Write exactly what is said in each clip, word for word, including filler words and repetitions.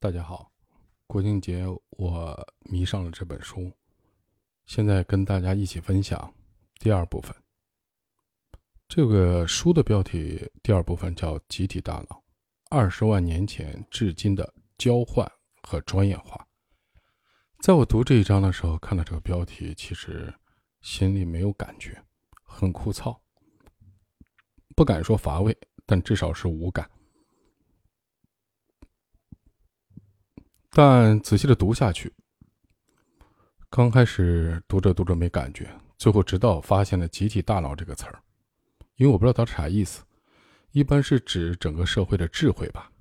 大家好，国庆节我迷上了这本书，现在跟大家一起分享第二部分。这个书的标题第二部分叫集体大脑，二十万年前至今的交换和专业化。在我读这一章的时候，看到这个标题，其实心里没有感觉，很枯燥，不敢说乏味，但至少是无感。但仔细的读下去，刚开始读着读着没感觉，最后直到发现了集体大脑这个词儿，因为我不知道它是啥意思，一般是指整个社会的智慧吧。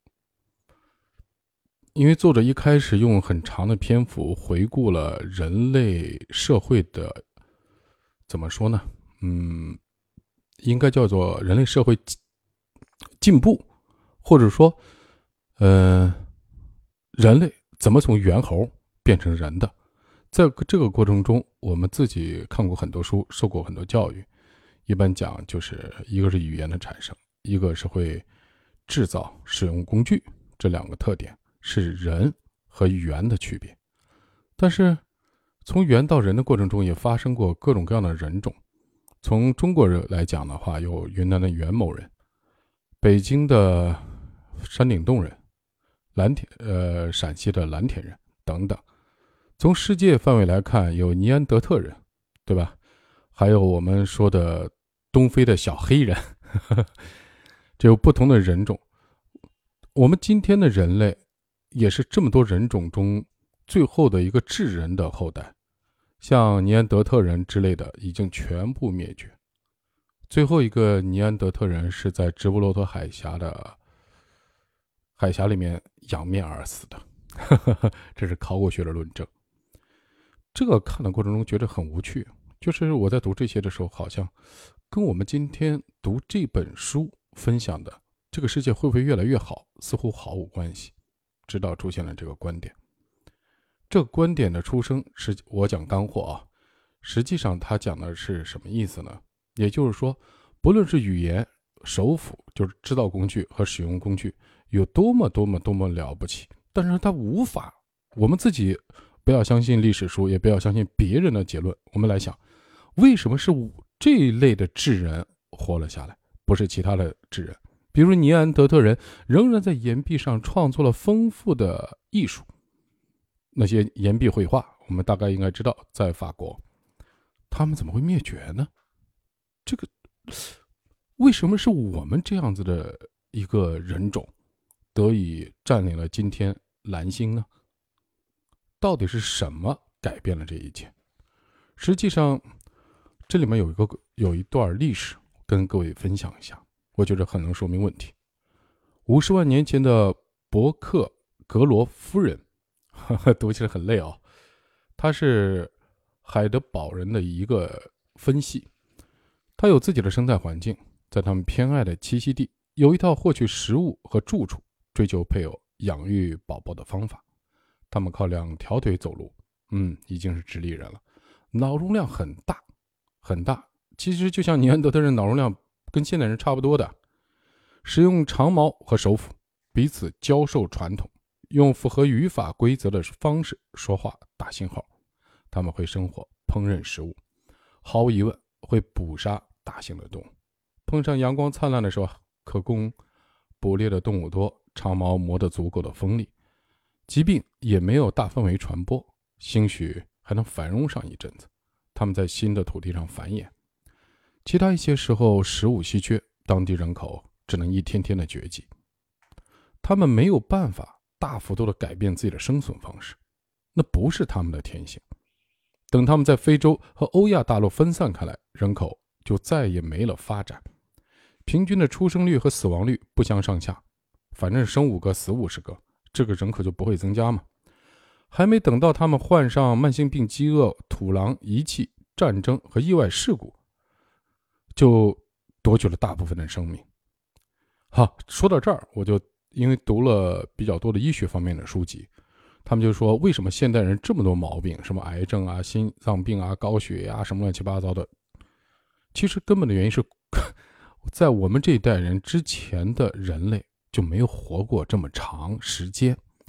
因为作者一开始用很长的篇幅回顾了人类社会的，怎么说呢？嗯，应该叫做人类社会进步，或者说，呃。人类怎么从猿猴变成人的？在这个过程中，我们自己看过很多书，受过很多教育。一般讲，就是一个是语言的产生，一个是会制造、使用工具，这两个特点是人和猿的区别。但是，从猿到人的过程中，也发生过各种各样的人种。从中国人来讲的话，有云南的元谋人，北京的山顶洞人。蓝田呃，陕西的蓝田人等等。从世界范围来看，有尼安德特人，对吧？还有我们说的东非的小黑人，呵呵，这有不同的人种。我们今天的人类也是这么多人种中最后的一个智人的后代，像尼安德特人之类的已经全部灭绝。最后一个尼安德特人是在直布罗陀海峡的海峡里面仰面而死的，这是考古学的论证。这个看的过程中觉得很无趣，就是我在读这些的时候，好像跟我们今天读这本书分享的这个世界会不会越来越好，似乎毫无关系。直到出现了这个观点，这个观点的出生是我讲干货啊，实际上它讲的是什么意思呢？也就是说，不论是语言、手斧，就是制造工具和使用工具，有多么多么多么了不起，但是它无法，我们自己不要相信历史书，也不要相信别人的结论，我们来想，为什么是这一类的智人活了下来，不是其他的智人？比如尼安德特人仍然在岩壁上创作了丰富的艺术，那些岩壁绘画，我们大概应该知道，在法国，他们怎么会灭绝呢？这个为什么是我们这样子的一个人种得以占领了今天蓝星呢？到底是什么改变了这一切？实际上，这里面有一个有一段历史跟各位分享一下，我觉得很能说明问题。五十万年前的伯克格罗夫人，呵呵，读起来很累哦。她是海德堡人的一个分系，她有自己的生态环境，在他们偏爱的栖息地有一套获取食物和住处、追求配偶、养育宝宝的方法。他们靠两条腿走路，嗯，已经是直立人了，脑容量很大很大，其实就像尼安德特人脑容量跟现代人差不多的。使用长矛和手斧，彼此教授传统，用符合语法规则的方式说话打信号。他们会生火烹饪食物，毫无疑问会捕杀大型的动物。碰上阳光灿烂的时候，可供捕猎的动物多，长矛磨得足够的锋利，疾病也没有大范围传播，兴许还能繁荣上一阵子。他们在新的土地上繁衍。其他一些时候食物稀缺，当地人口只能一天天的绝迹。他们没有办法大幅度的改变自己的生存方式，那不是他们的天性。等他们在非洲和欧亚大陆分散开来，人口就再也没了发展。平均的出生率和死亡率不相上下，反正生五个死五十个，这个人口就不会增加嘛。还没等到他们患上慢性病、饥饿、土狼、遗弃、战争和意外事故，就夺取了大部分的生命。好，说到这儿，我就因为读了比较多的医学方面的书籍，他们就说为什么现代人这么多毛病，什么癌症啊、心脏病啊、高血压、啊、什么乱七八糟的。其实根本的原因是在我们这一代人之前的人类就没有活过这么长时间，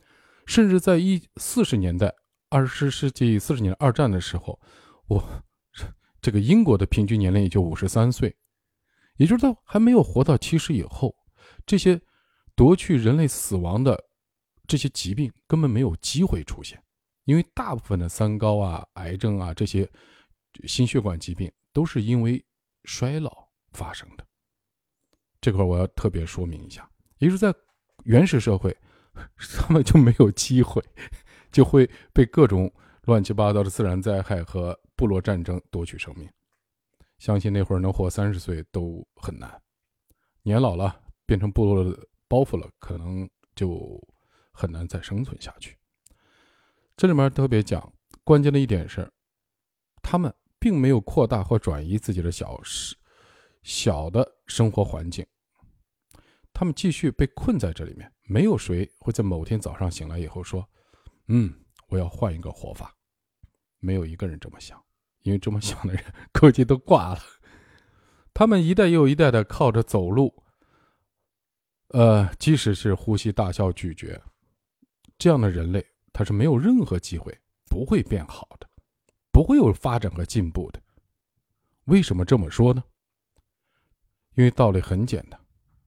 甚至在一四十年代，二十世纪四十年代二战的时候，我这个英国的平均年龄也就五十三岁，也就是说还没有活到七十以后，这些夺去人类死亡的这些疾病根本没有机会出现，因为大部分的三高啊、癌症啊这些心血管疾病都是因为衰老发生的。这块我要特别说明一下，也就是在原始社会，他们就没有机会，就会被各种乱七八糟的自然灾害和部落战争夺取生命。相信那会儿能活三十岁都很难，年老了变成部落的包袱了，可能就很难再生存下去。这里面特别讲关键的一点是，他们并没有扩大或转移自己的小小的生活环境，他们继续被困在这里面。没有谁会在某天早上醒来以后说，嗯，我要换一个活法。没有一个人这么想，因为这么想的人估计都挂了。他们一代又一代的靠着走路，呃，即使是呼吸、大笑、咀嚼，这样的人类他是没有任何机会，不会变好的，不会有发展和进步的。为什么这么说呢？因为道理很简单，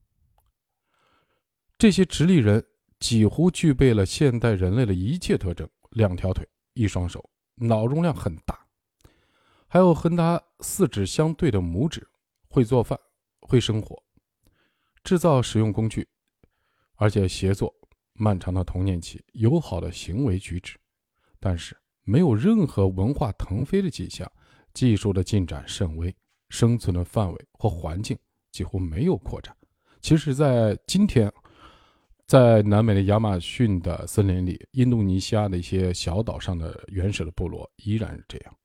这些直立人几乎具备了现代人类的一切特征：两条腿、一双手，脑容量很大，还有和他四指相对的拇指，会做饭，会生活，制造使用工具，而且协作，漫长的童年期，友好的行为举止。但是没有任何文化腾飞的迹象，技术的进展甚微，生存的范围或环境几乎没有扩展。其实在今天，在南美的亚马逊的森林里，印度尼西亚的一些小岛上的原始的部落依然是这样，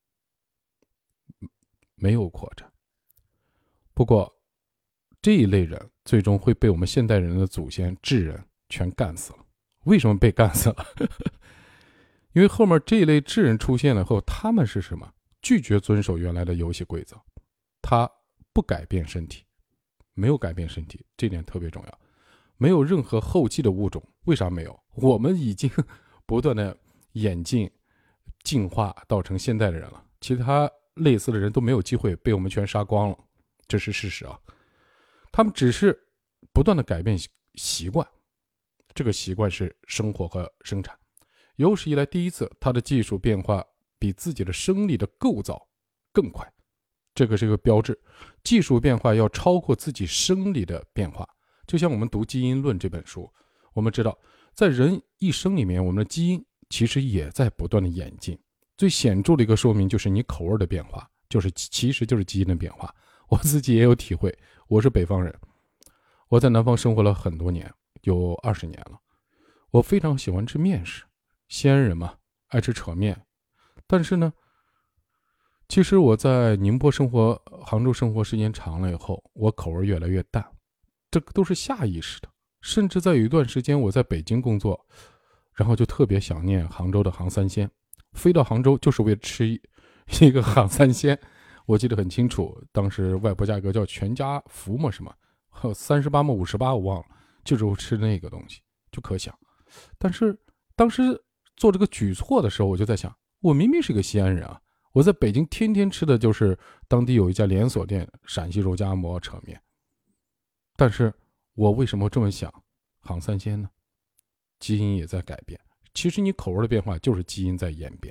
没有扩展。不过这一类人最终会被我们现代人的祖先智人全干死了。为什么被干死了？因为后面这一类智人出现了后，他们是什么？拒绝遵守原来的游戏规则，他不改变身体，没有改变身体，这点特别重要。没有任何后继的物种。为啥没有？我们已经不断的演进进化到成现代的人了，其他类似的人都没有机会，被我们全杀光了，这是事实啊。他们只是不断的改变习惯，这个习惯是生活和生产。有史以来第一次，他的技术变化比自己的生理的构造更快，这个是一个标志。技术变化要超过自己生理的变化。就像我们读《基因论》这本书，我们知道在人一生里面，我们的基因其实也在不断的演进。最显著的一个说明就是你口味的变化，就是其实就是基因的变化。我自己也有体会，我是北方人，我在南方生活了很多年，有二十年了。我非常喜欢吃面食，西安人嘛，爱吃扯面。但是呢，其实我在宁波生活、杭州生活时间长了以后，我口味越来越淡，这个都是下意识的。甚至在有一段时间我在北京工作，然后就特别想念杭州的杭三鲜，飞到杭州就是为了吃一个杭三鲜。我记得很清楚，当时外婆价格叫全家福嘛，什么三十八嘛五十八我忘了，就是吃那个东西，就可想。但是当时做这个举措的时候，我就在想，我明明是个西安人啊，我在北京天天吃的就是当地有一家连锁店陕西肉夹馍扯面，但是我为什么这么想杭三鲜呢？基因也在改变，其实你口味的变化就是基因在演变。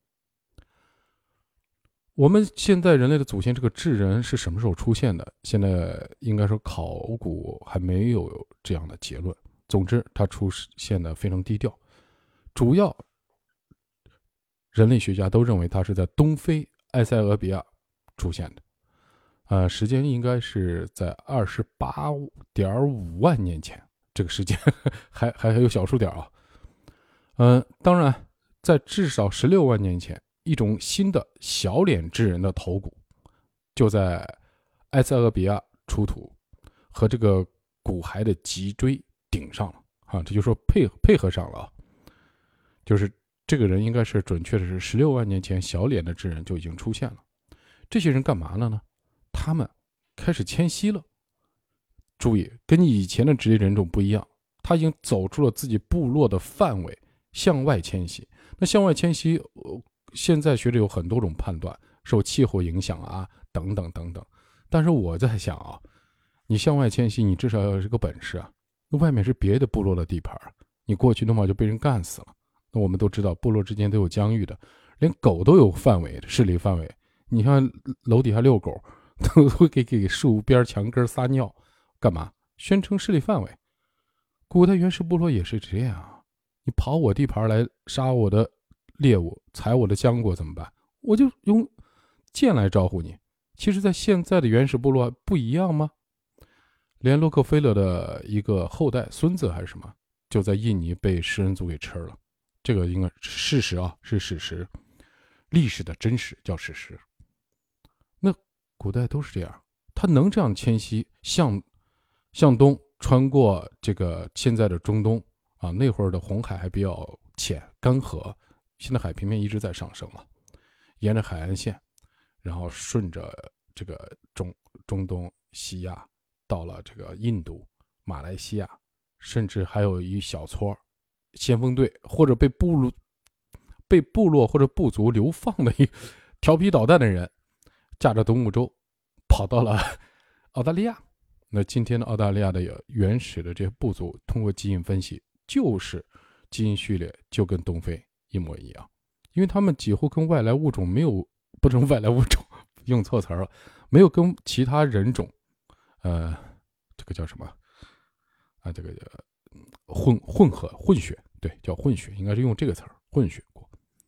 我们现在人类的祖先这个智人是什么时候出现的？现在应该说考古还没有这样的结论。总之它出现的非常低调，主要人类学家都认为它是在东非埃塞俄比亚出现的，呃，时间应该是在二十八点五万年前，这个时间还还有小数点啊。嗯、呃，当然在至少十六万年前，一种新的小脸智人的头骨就在埃塞俄比亚出土，和这个骨骸的脊椎顶上了啊，这就说配配合上了啊，就是这个人应该是准确的是十六万年前小脸的智人就已经出现了。这些人干嘛了呢？他们开始迁徙了。注意，跟以前的直立人种不一样， 它已经走出了自己部落的范围，向外迁徙。那向外迁徙，呃、现在学者有很多种判断，受气候影响啊，等等等等。但是我在想啊，你向外迁徙，你至少要有这个本事啊。那外面是别的部落的地盘，你过去的话就被人干死了。那我们都知道，部落之间都有疆域的，连狗都有范围，势力范围。你看楼底下遛狗，都会给给树边墙根撒尿，干嘛？宣称势力范围。古代原始部落也是这样啊，你跑我地盘来杀我的猎物，采我的浆果怎么办？我就用剑来招呼你。其实在现在的原始部落不一样吗？连洛克菲勒的一个后代孙子还是什么，就在印尼被食人族给吃了。这个应该是事实啊，是史实，历史的真实叫史实。那古代都是这样，他能这样迁徙，向向东穿过这个现在的中东啊，那会儿的红海还比较浅干涸，现在海平面一直在上升了，沿着海岸线，然后顺着这个中中东西亚到了这个印度、马来西亚，甚至还有一小撮先锋队或者被部落被部落或者部族流放的一调皮捣蛋的人，驾着独木舟跑到了澳大利亚。那今天的澳大利亚的原始的这些部族，通过基因分析，就是基因序列就跟东非一模一样，因为他们几乎跟外来物种没有，不能外来物种，用错词了，没有跟其他人种，呃，这个叫什么啊？这个叫混混合混血，对，叫混血，应该是用这个词儿，混血过。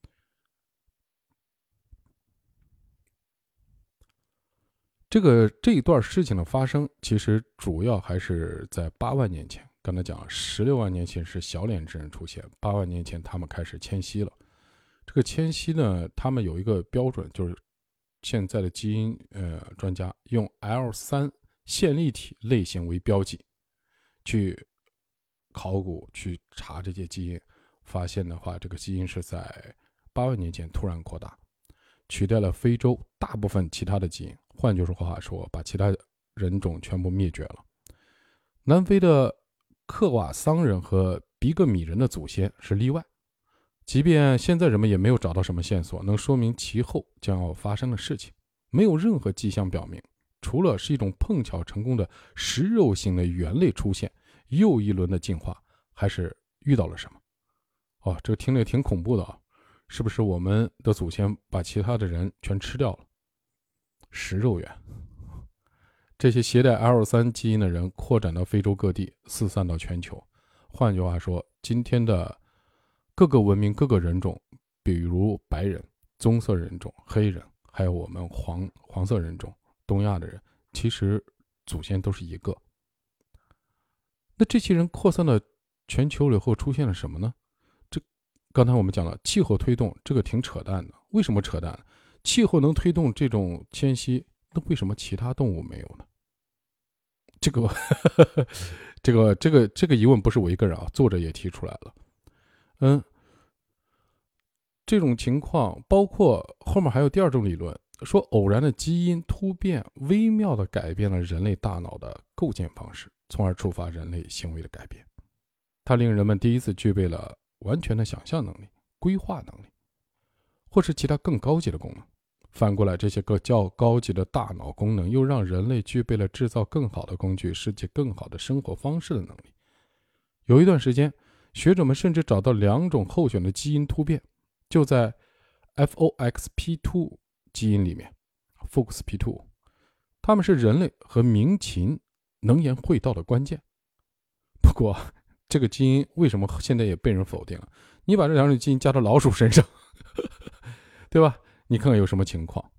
这个这一段事情的发生，其实主要还是在八万年前。刚才讲，十六万年前是小脸之人出现，八万年前他们开始迁徙了。这个迁徙呢，他们有一个标准，就是现在的基因呃专家用 L 三 线粒体类型为标记，去考古去查这些基因，发现的话，这个基因是在八万年前突然扩大，取代了非洲大部分其他的基因。换句话说，把其他人种全部灭绝了。南非的克瓦桑人和比格米人的祖先是例外，即便现在人们也没有找到什么线索能说明其后将要发生的事情，没有任何迹象表明，除了是一种碰巧成功的食肉型的猿类出现，又一轮的进化，还是遇到了什么？哦，这个听着挺恐怖的啊！是不是我们的祖先把其他的人全吃掉了？食肉猿，这些携带 L 三 基因的人扩展到非洲各地，四散到全球。换句话说，今天的各个文明、各个人种，比如白人、棕色人种、黑人，还有我们黄黄色人种、东亚的人，其实祖先都是一个。那这些人扩散到全球了以后，出现了什么呢？这刚才我们讲了，气候推动，这个挺扯淡的。为什么扯淡？气候能推动这种迁徙，那为什么其他动物没有呢？这个这个这个这个疑问不是我一个人啊，作者也提出来了。嗯，这种情况包括后面还有第二种理论，说偶然的基因突变微妙地改变了人类大脑的构建方式，从而触发人类行为的改变。它令人们第一次具备了完全的想象能力、规划能力，或是其他更高级的功能。反过来，这些个较高级的大脑功能又让人类具备了制造更好的工具、设计更好的生活方式的能力。有一段时间，学者们甚至找到两种候选的基因突变，就在 F O X P 二 基因里面 F O X P 二， 它们是人类和鸣禽能言会道的关键。不过这个基因为什么现在也被人否定了？你把这两种基因加到老鼠身上对吧？你看看有什么情况。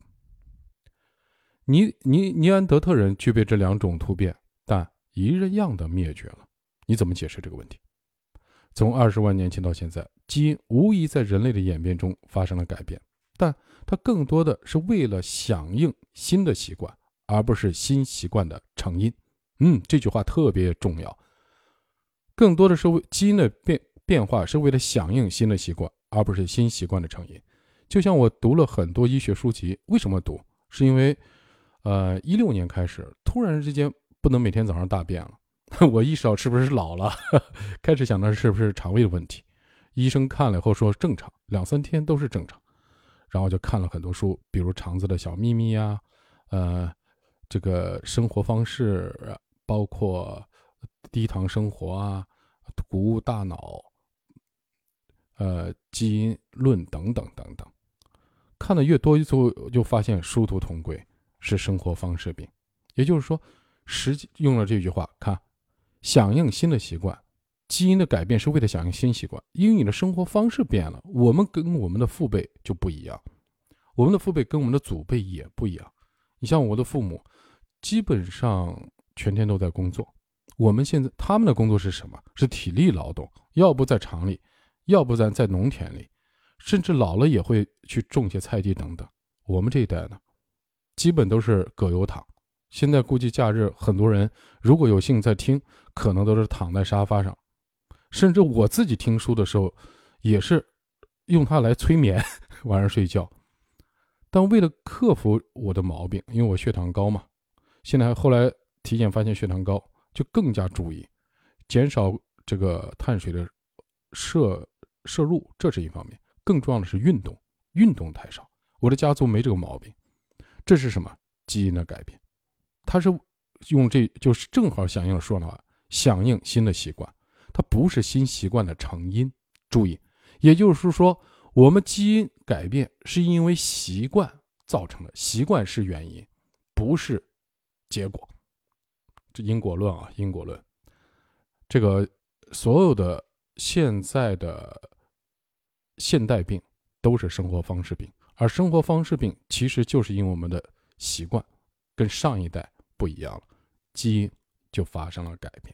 尼尼尼安德特人具备这两种突变，但一样的灭绝了。你怎么解释这个问题？从二十万年前到现在，基因无疑在人类的演变中发生了改变，但它更多的是为了响应新的习惯，而不是新习惯的成因。嗯，这句话特别重要。更多的是为基因的变变化是为了响应新的习惯，而不是新习惯的成因。就像我读了很多医学书籍，为什么读？是因为呃，一六年开始，突然之间不能每天早上大便了， 我意识到是不是老了，开始想到是不是肠胃的问题。医生看了以后说正常，两三天都是正常。然后就看了很多书，比如肠子的小秘密呀，呃，这个生活方式，包括低糖生活啊，谷物大脑，呃，基因论等等等等。看的越多，就就发现殊途同归，是生活方式病。也就是说，实际用了这句话，看，响应新的习惯，基因的改变是为了响应新习惯，因为你的生活方式变了，我们跟我们的父辈就不一样，我们的父辈跟我们的祖辈也不一样。你像我的父母，基本上全天都在工作，我们现在他们的工作是什么？是体力劳动，要不在厂里，要不然在农田里，甚至老了也会去种些菜地等等。我们这一代呢，基本都是葛优躺。现在估计假日很多人如果有幸在听，可能都是躺在沙发上，甚至我自己听书的时候也是用它来催眠，晚上睡觉。但为了克服我的毛病，因为我血糖高嘛，现在后来体检发现血糖高，就更加注意减少这个碳水的摄摄入，这是一方面。更重要的是运动，运动太少。我的家族没这个毛病，这是什么？基因的改变。它是用这就是正好响应了说的话，响应新的习惯，它不是新习惯的成因。注意，也就是说，我们基因改变是因为习惯造成的，习惯是原因，不是结果。这因果论啊，因果论。这个所有的现在的现代病都是生活方式病，而生活方式病其实就是因为我们的习惯跟上一代不一样了，基因就发生了改变。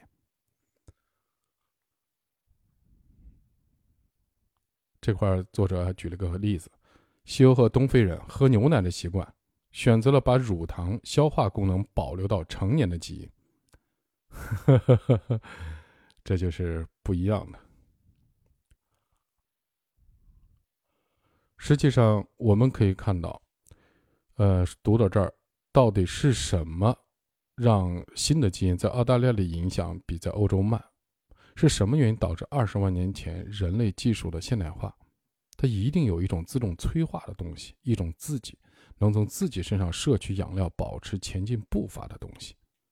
这块作者还举了个例子，西欧和东非人喝牛奶的习惯，选择了把乳糖消化功能保留到成年的基因。这就是不一样的。实际上我们可以看到，呃，读到这儿，到底是什么让新的基因在澳大利亚的影响比在欧洲慢？是什么原因导致二十万年前人类技术的现代化？它一定有一种自动催化的东西，一种自己能从自己身上摄取养料，保持前进步伐的东西。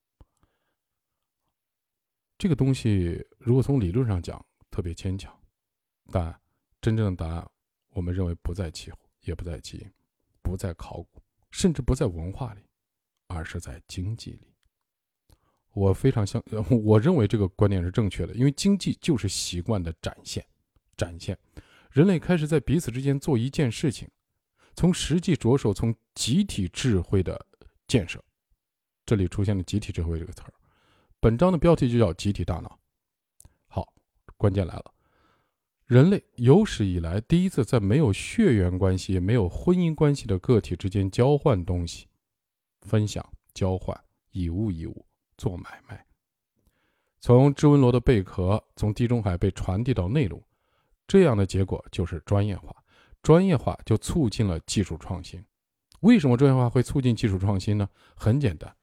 这个东西如果从理论上讲特别牵强，但真正的答案我们认为不在气候，也不在基因，不在考古，甚至不在文化里，而是在经济里。我非常相，我认为这个观点是正确的，因为经济就是习惯的展现。展现，人类开始在彼此之间做一件事情，从实际着手，从集体智慧的建设。这里出现了集体智慧这个词儿，本章的标题就叫集体大脑。好，关键来了，人类有史以来第一次在没有血缘关系、也没有婚姻关系的个体之间交换东西，分享、交换，以物易物。做买卖，从织纹螺的贝壳从地中海被传递到内陆，这样的结果就是专业化。专业化就促进了技术创新。为什么专业化会促进技术创新呢？很简单，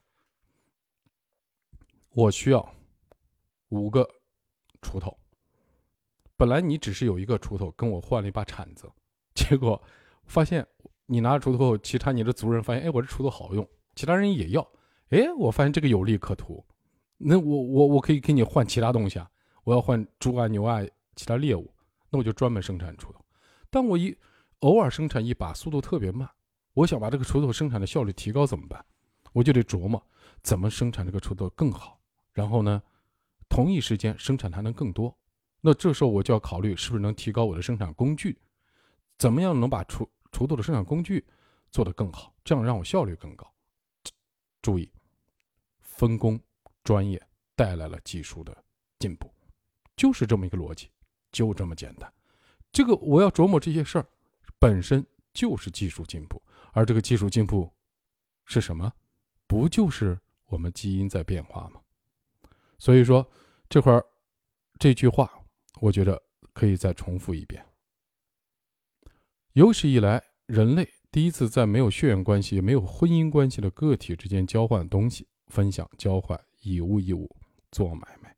我需要五个锄头，本来你只是有一个锄头，跟我换了一把铲子，结果发现你拿着锄头，其他你的族人发现，哎，我这锄头好用，其他人也要。哎，我发现这个有利可图，那我我我可以给你换其他东西啊，我要换猪啊牛啊其他猎物，那我就专门生产锄头。但我一偶尔生产一把，速度特别慢，我想把这个锄头生产的效率提高怎么办？我就得琢磨怎么生产这个锄头更好，然后呢，同一时间生产还能更多。那这时候我就要考虑是不是能提高我的生产工具，怎么样能把锄锄头的生产工具做得更好，这样让我效率更高。注意，分工专业带来了技术的进步，就是这么一个逻辑，就这么简单。这个我要琢磨这些事儿，本身就是技术进步，而这个技术进步是什么？不就是我们基因在变化吗？所以说这块儿这句话，我觉得可以再重复一遍。有史以来，人类第一次在没有血缘关系、也没有婚姻关系的个体之间交换东西，分享、交换，以物易物， 做买卖。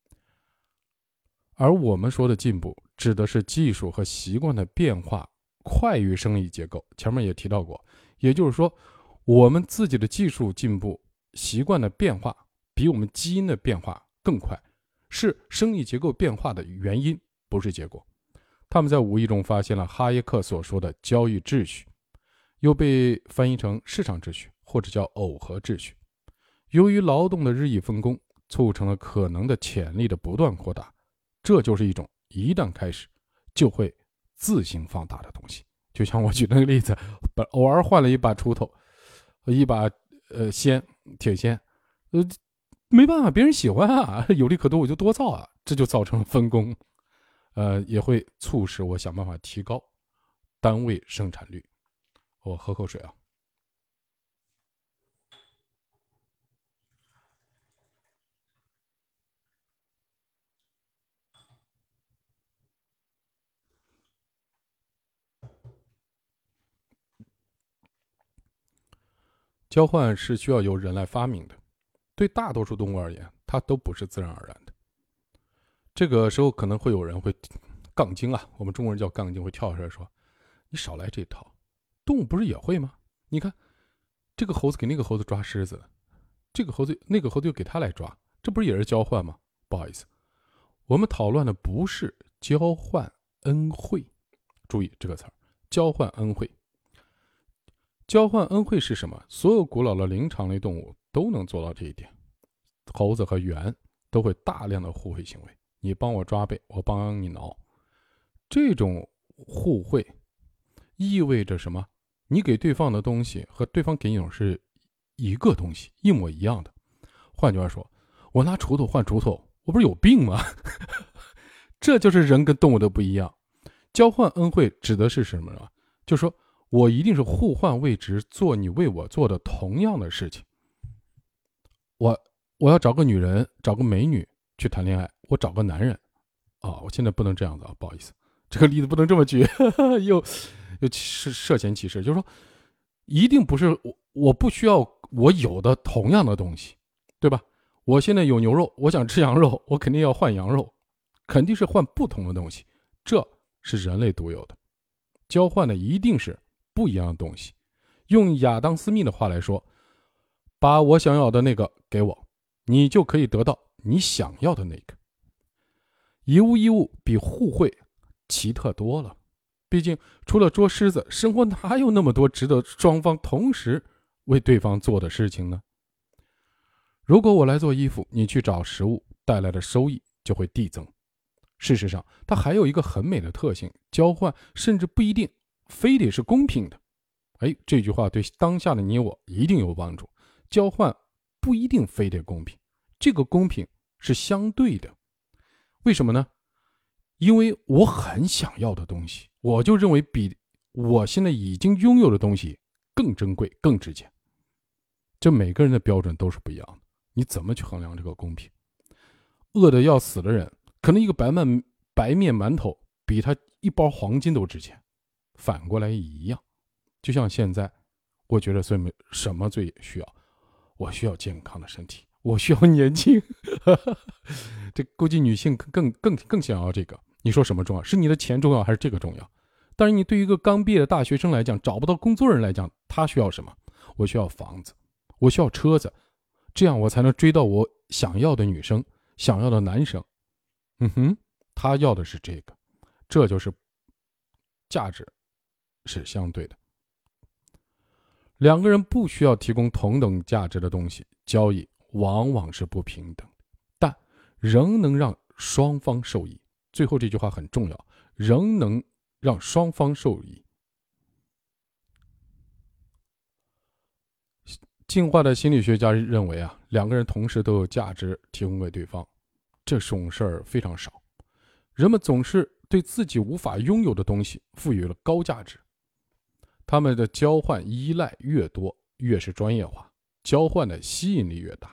而我们说的进步，指的是技术和习惯的变化快于生理结构，前面也提到过，也就是说，我们自己的技术进步、习惯的变化比我们基因的变化更快，是生理结构变化的原因，不是结果。他们在无意中发现了哈耶克所说的交易秩序，又被翻译成市场秩序或者叫耦合秩序。由于劳动的日益分工，促成了可能的潜力的不断扩大，这就是一种一旦开始就会自行放大的东西。就像我举那个例子，偶尔换了一把锄头，一把呃锨铁锨，呃没办法，别人喜欢啊，有利可图我就多造啊，这就造成了分工，呃也会促使我想办法提高单位生产率。我喝口水啊。交换是需要由人来发明的，对大多数动物而言，它都不是自然而然的。这个时候可能会有人会杠精啊，我们中国人叫杠精，会跳出来说：“你少来这套，动物不是也会吗？你看，这个猴子给那个猴子抓狮子，这个猴子那个猴子又给他来抓，这不是也是交换吗？”不好意思，我们讨论的不是交换恩惠，注意这个词儿，交换恩惠。交换恩惠是什么？所有古老的灵长类动物都能做到这一点。猴子和猿都会大量的互惠行为，你帮我抓背，我帮你挠。这种互惠意味着什么？你给对方的东西和对方给你的是一个东西，一模一样的。换句话说，我拿锄头换锄头，我不是有病吗？这就是人跟动物的不一样。交换恩惠指的是什么呢？就是说我一定是互换位置，做你为我做的同样的事情。我我要找个女人，找个美女去谈恋爱，我找个男人啊、哦，我现在不能这样子啊，不好意思，这个例子不能这么举，呵呵又又涉嫌歧视。就是说，一定不是我，我不需要我有的同样的东西，对吧？我现在有牛肉，我想吃羊肉，我肯定要换羊肉，肯定是换不同的东西，这是人类独有的。交换的一定是不一样的东西。用亚当斯密的话来说，把我想要的那个给我，你就可以得到你想要的那个。以物易物比互惠奇特多了，毕竟除了捉狮子，生活哪有那么多值得双方同时为对方做的事情呢？如果我来做衣服，你去找食物，带来的收益就会递增。事实上，它还有一个很美的特性，交换甚至不一定非得是公平的。哎，这句话对当下的你我一定有帮助。交换不一定非得公平，这个公平是相对的。为什么呢？因为我很想要的东西，我就认为比我现在已经拥有的东西更珍贵、更值钱。这每个人的标准都是不一样的，你怎么去衡量这个公平？饿得要死的人，可能一个白面白面馒头比他一包黄金都值钱，反过来也一样。就像现在，我觉得最什么最需要？我需要健康的身体，我需要年轻。这估计女性更更更想要这个。你说什么重要？是你的钱重要，还是这个重要？当然，你对于一个刚毕业的大学生来讲，找不到工作人来讲，他需要什么？我需要房子，我需要车子，这样我才能追到我想要的女生，想要的男生。嗯哼，他要的是这个，这就是价值是相对的。两个人不需要提供同等价值的东西，交易往往是不平等，但仍能让双方受益。最后这句话很重要，仍能让双方受益。进化的心理学家认为啊，两个人同时都有价值提供给对方，这种事儿非常少。人们总是对自己无法拥有的东西赋予了高价值。他们的交换依赖越多，越是专业化，交换的吸引力越大。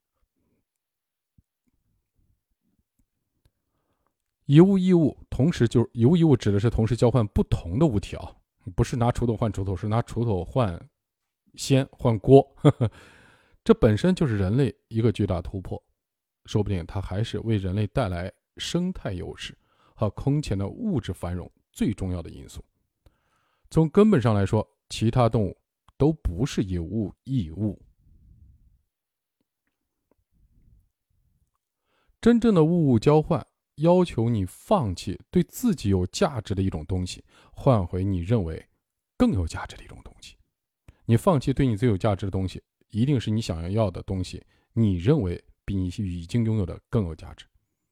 以物易物，同时就是以物易物指的是同时交换不同的物体啊，不是拿锄头换锄头，是拿锄头换锨换锅。呵呵，这本身就是人类一个巨大突破。 说不定它还是为人类带来生态优势和空前的物质繁荣最重要的因素。从根本上来说，其他动物都不是有物异物。真正的物物交换要求你放弃对自己有价值的一种东西，换回你认为更有价值的一种东西。你放弃对你最有价值的东西，一定是你想要的东西，你认为比你已经拥有的更有价值。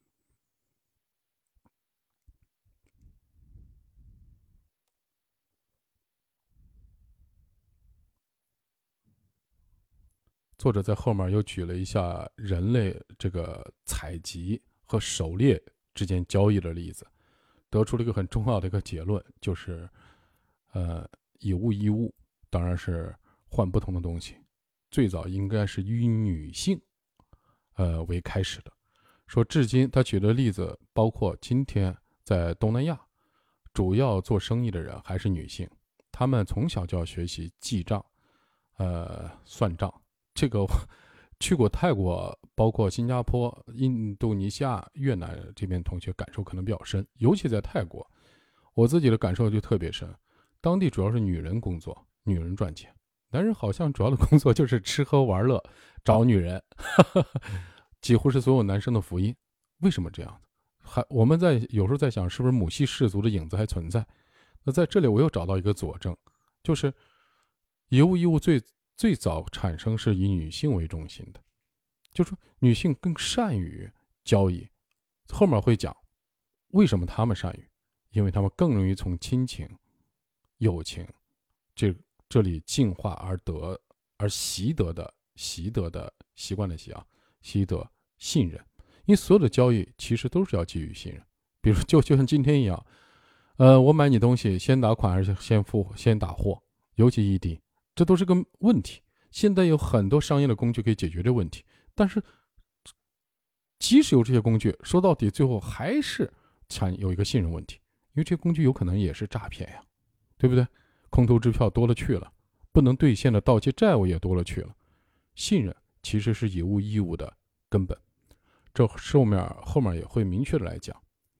作者在后面又举了一下人类这个采集和狩猎之间交易的例子，得出了一个很重要的一个结论，就是呃，以物易物，当然是换不同的东西。最早应该是以女性呃为开始的。说至今他举的例子包括今天在东南亚主要做生意的人还是女性，她们从小就要学习记账呃算账。这个去过泰国包括新加坡、印度尼西亚、越南这边同学感受可能比较深，尤其在泰国我自己的感受就特别深。当地主要是女人工作，女人赚钱，男人好像主要的工作就是吃喝玩乐找女人几乎是所有男生的福音。为什么这样？还我们在有时候在想，是不是母系氏族的影子还存在？那在这里我又找到一个佐证，就是以物易物最最早产生是以女性为中心的，就是说女性更善于交易。后面会讲为什么她们善于，因为她们更容易从亲情、友情这这里进化而得而习得的习得的习惯的习啊，习得信任。因为所有的交易其实都是要基于信任。比如就就像今天一样，呃，我买你东西，先打款还是先付先打货，尤其异地，这都是个问题。现在有很多商业的工具可以解决这个问题，但是即使有这些工具，说到底最后还是产有一个信任问题，因为这些工具有可能也是诈骗呀，对不对？空头支票多了去了，不能兑现的到期债务也多了去了。信任其实是以物易物的根本，这后面后面也会明确的来讲。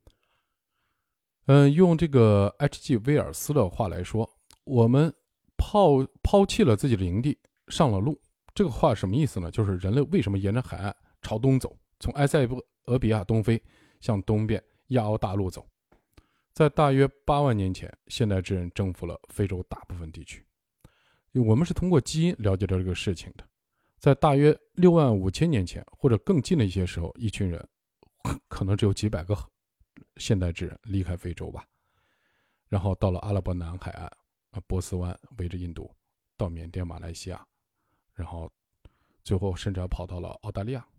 嗯，用这个 H G 威尔斯的话来说，我们抛抛弃了自己的营地，上了路。这个话什么意思呢？就是人类为什么沿着海岸朝东走，从埃塞俄比亚东飞，向东边亚欧大陆走。在大约八万年前，现代智人征服了非洲大部分地区。我们是通过基因了解到这个事情的。在大约六万五千年前，或者更近的一些时候，一群人可能只有几百个现代智人离开非洲吧，然后到了阿拉伯南海岸，波斯湾围着印度，到缅甸、马来西亚，然后最后甚至还跑到了澳大利亚。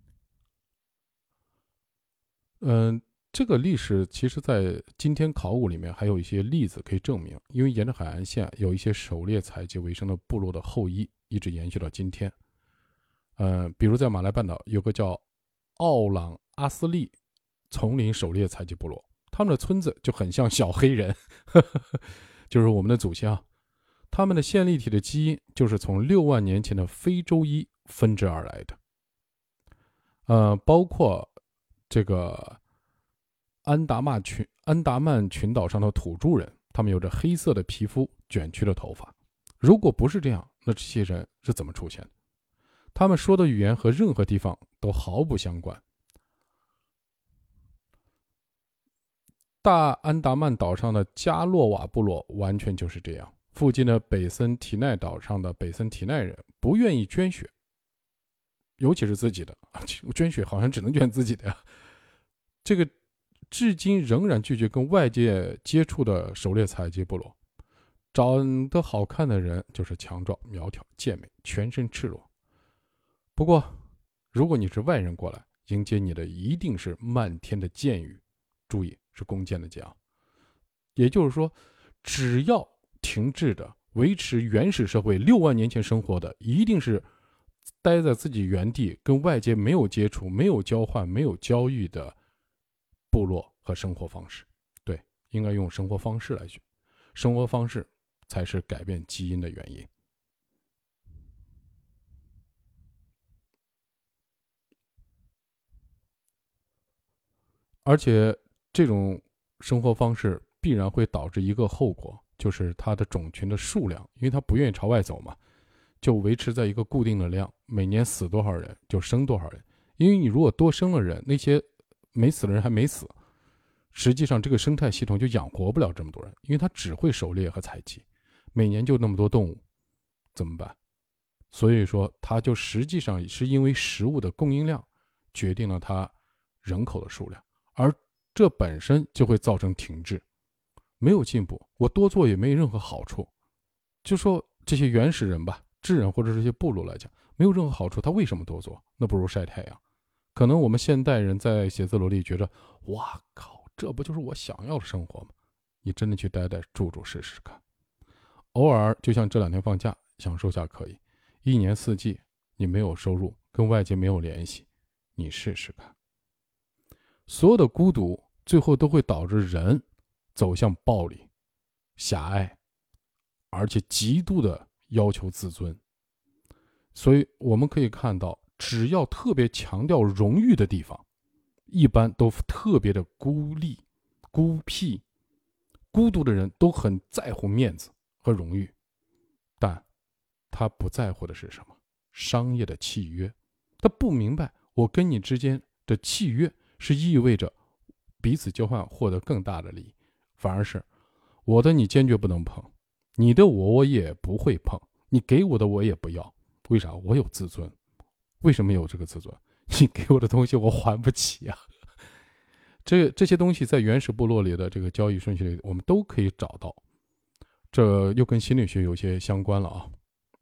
嗯，这个历史其实在今天考古里面还有一些例子可以证明，因为沿着海岸线有一些狩猎采集为生的部落的后裔一直延续到今天。呃，比如在马来半岛有个叫奥朗阿斯利丛林狩猎采集部落，他们的村子就很像小黑人，呵呵呵，就是我们的祖先啊。他们的线粒体的基因就是从六万年前的非洲裔分支而来的。呃，包括这个安达曼群安达曼群岛上的土著人，他们有着黑色的皮肤、卷曲的头发。如果不是这样，那这些人是怎么出现的？他们说的语言和任何地方都毫不相关。大安达曼岛上的加洛瓦部落完全就是这样。附近的北森提奈岛上的北森提奈人不愿意捐血，尤其是自己的，捐血好像只能捐自己的呀。这个至今仍然拒绝跟外界接触的狩猎采集部落。长得好看的人就是强壮、苗条、健美，全身赤裸。不过，如果你是外人过来，迎接你的一定是漫天的箭雨，注意是弓箭的箭啊。也就是说，只要停滞的维持原始社会六万年前生活的，一定是待在自己原地，跟外界没有接触、没有交换、没有交易的部落和生活方式。对，应该用生活方式来选，生活方式才是改变基因的原因。 而且这种生活方式必然会导致一个后果，就是它的种群的数量，因为它不愿意朝外走嘛，就维持在一个固定的量，每年死多少人就生多少人。因为你如果多生了人，那些没死的人还没死，实际上这个生态系统就养活不了这么多人，因为它只会狩猎和采集，每年就那么多动物，怎么办？所以说它就实际上是因为食物的供应量决定了它人口的数量，而这本身就会造成停滞，没有进步，我多做也没任何好处。就说这些原始人吧，智人或者这些部落来讲，没有任何好处，他为什么多做？那不如晒太阳。可能我们现代人在写字楼里觉得，哇靠，这不就是我想要的生活吗？你真的去待待住住试试看。偶尔就像这两天放假享受下可以，一年四季你没有收入，跟外界没有联系，你试试看。所有的孤独最后都会导致人走向暴力、狭隘，而且极度的要求自尊。所以我们可以看到，只要特别强调荣誉的地方，一般都特别的孤立、孤僻。孤独的人都很在乎面子和荣誉，但他不在乎的是什么？商业的契约。他不明白我跟你之间的契约是意味着彼此交换获得更大的利益，反而是我的你坚决不能碰，你的我我也不会碰，你给我的我也不要。为啥？我有自尊。为什么有这个自尊？你给我的东西我还不起啊。这这些东西在原始部落里的这个交易顺序里我们都可以找到，这又跟心理学有些相关了啊。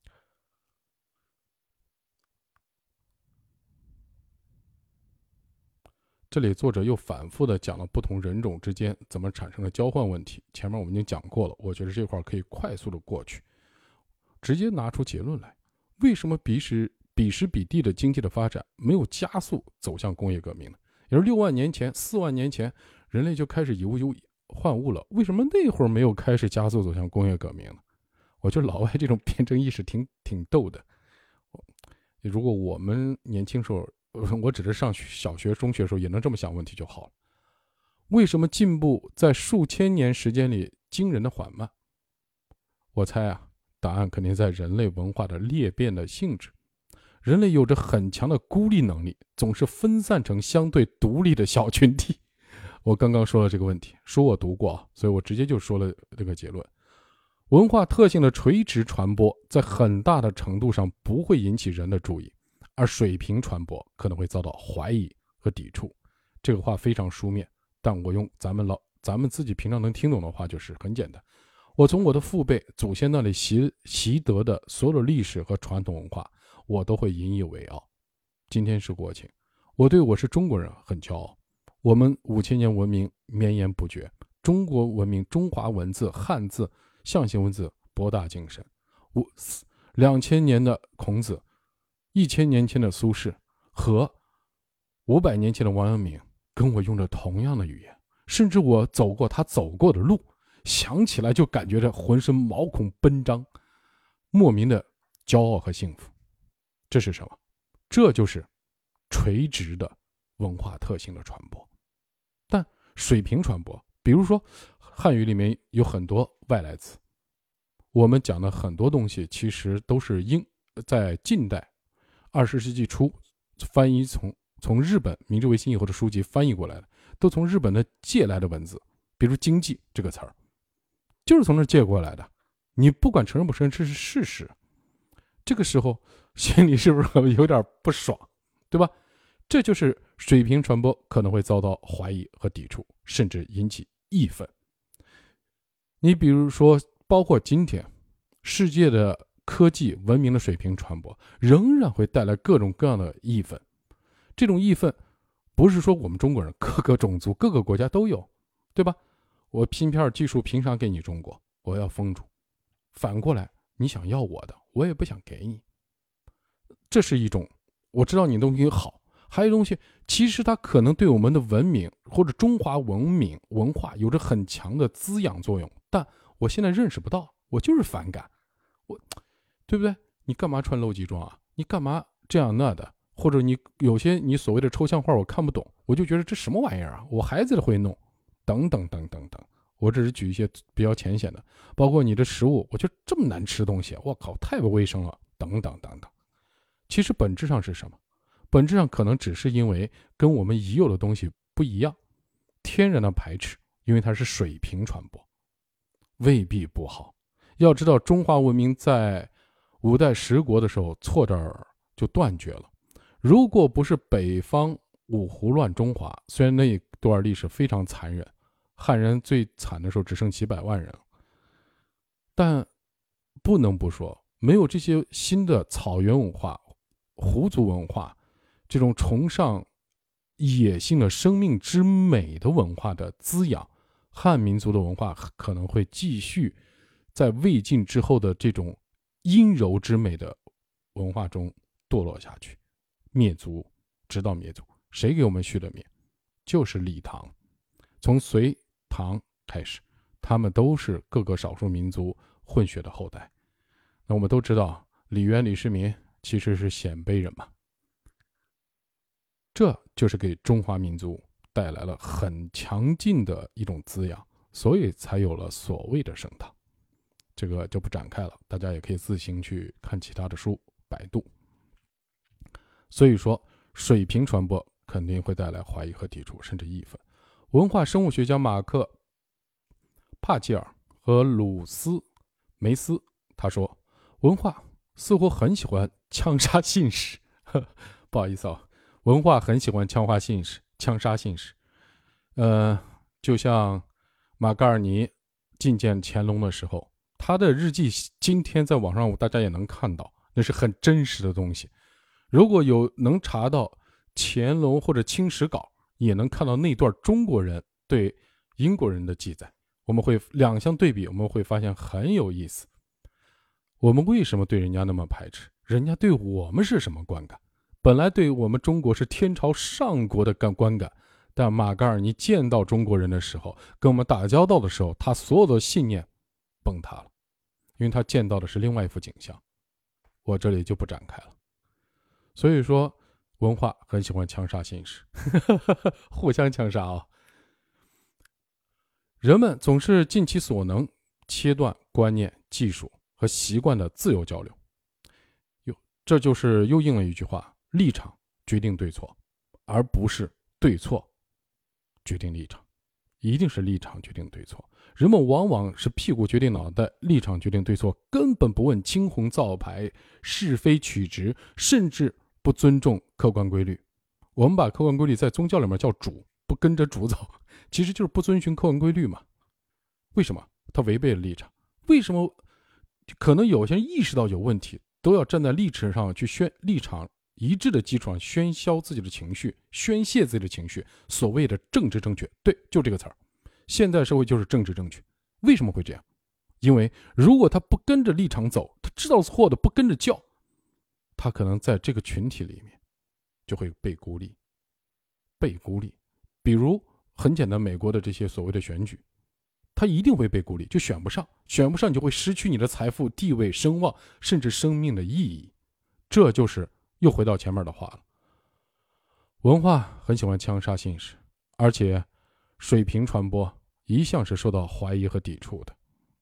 这里作者又反复的讲了不同人种之间怎么产生的交换问题，前面我们已经讲过了，我觉得这块可以快速的过去，直接拿出结论来。为什么彼时彼时彼地的经济的发展没有加速走向工业革命呢？也是六万年前、四万年前，人类就开始以物换物了，为什么那会儿没有开始加速走向工业革命呢？我觉得老外这种辩证意识挺挺逗的。如果我们年轻时候，我只是上小学、中学的时候也能这么想问题就好了。为什么进步在数千年时间里惊人的缓慢？我猜啊，答案肯定在人类文化的裂变的性质。人类有着很强的孤立能力，总是分散成相对独立的小群体。我刚刚说了这个问题，说我读过啊，所以我直接就说了这个结论。文化特性的垂直传播在很大的程度上不会引起人的注意，而水平传播可能会遭到怀疑和抵触。这个话非常书面，但我用咱们老咱们自己平常能听懂的话就是很简单。我从我的父辈祖先那里习习得的所有的历史和传统文化，我都会引以为傲。今天是国庆，我对我是中国人很骄傲。我们五千年文明绵延不绝，中国文明、中华文字、汉字、象形文字博大精深。五两千年的孔子，一千年前的苏轼和五百年前的王阳明，跟我用着同样的语言，甚至我走过他走过的路，想起来就感觉着浑身毛孔奔张，莫名的骄傲和幸福。这是什么？这就是垂直的文化特性的传播。但水平传播，比如说汉语里面有很多外来词，我们讲的很多东西其实都是英在近代二十世纪初翻译从从日本明治维新以后的书籍翻译过来的，都从日本的借来的文字，比如经济这个词儿就是从那借过来的，你不管承认不承认，这是事实。这个时候心里是不是有点不爽，对吧？这就是水平传播可能会遭到怀疑和抵触，甚至引起义愤。你比如说，包括今天世界的科技文明的水平传播，仍然会带来各种各样的义愤。这种义愤不是说我们中国人各个种族各个国家都有，对吧？我芯片技术凭啥给你中国？我要封住。反过来，你想要我的，我也不想给你。这是一种，我知道你的东西好，还有东西其实它可能对我们的文明或者中华文明文化有着很强的滋养作用，但我现在认识不到，我就是反感。我对不对？你干嘛穿露脐装啊？你干嘛这样那的？ 或者你有些你所谓的抽象画我看不懂，我就觉得这什么玩意儿啊，我孩子都会弄，等等等等等。我只是举一些比较浅显的，包括你的食物，我觉得这么难吃的东西，我靠，太不卫生了，等等等等。其实本质上是什么？本质上可能只是因为跟我们已有的东西不一样，天然的排斥，因为它是水平传播，未必不好。要知道中华文明在五代十国的时候错这儿就断绝了，如果不是北方五胡乱中华，虽然那一段历史非常残忍，汉人最惨的时候只剩几百万人，但不能不说，没有这些新的草原文化、胡族文化，这种崇尚野性的生命之美的文化的滋养，汉民族的文化可能会继续在魏晋之后的这种阴柔之美的文化中堕落下去，灭族，直到灭族。谁给我们续的灭？就是李唐。从隋唐开始，他们都是各个少数民族混血的后代。那我们都知道，李渊、李世民其实是鲜卑人嘛，这就是给中华民族带来了很强劲的一种滋养，所以才有了所谓的盛唐。这个就不展开了，大家也可以自行去看其他的书，百度。所以说，水平传播肯定会带来怀疑和抵触，甚至义愤。文化生物学家马克·帕基尔和鲁斯·梅斯他说，文化似乎很喜欢枪杀信使，不好意思啊，文化很喜欢枪杀信使，枪杀信使。呃，就像马嘎尔尼觐见乾隆的时候，他的日记今天在网上大家也能看到，那是很真实的东西。如果有能查到乾隆或者清史稿，也能看到那段中国人对英国人的记载，我们会两相对比，我们会发现很有意思。我们为什么对人家那么排斥？人家对我们是什么观感？本来对我们中国是天朝上国的观感，但马嘎尔尼见到中国人的时候，跟我们打交道的时候，他所有的信念崩塌了，因为他见到的是另外一幅景象，我这里就不展开了。所以说文化很喜欢枪杀信使互相枪杀啊！人们总是尽其所能切断观念、技术和习惯的自由交流，这就是又应了一句话：立场决定对错，而不是对错决定立场，一定是立场决定对错。人们往往是屁股决定脑袋，立场决定对错，根本不问青红皂白、是非曲直，甚至不尊重客观规律。我们把客观规律在宗教里面叫主，不跟着主走，其实就是不遵循客观规律嘛。为什么？他违背了立场。为什么可能有些人意识到有问题，都要站在立场上去宣立场一致的基础上喧嚣自己的情绪，宣泄自己的情绪，所谓的政治正确，对，就这个词儿。现代社会就是政治正确。为什么会这样？因为如果他不跟着立场走，他知道错的不跟着叫，他可能在这个群体里面就会被孤立，被孤立。比如很简单，美国的这些所谓的选举，他一定会被孤立，就选不上，选不上你就会失去你的财富、地位、声望，甚至生命的意义。这就是又回到前面的话了。文化很喜欢枪杀信使，而且水平传播一向是受到怀疑和抵触的。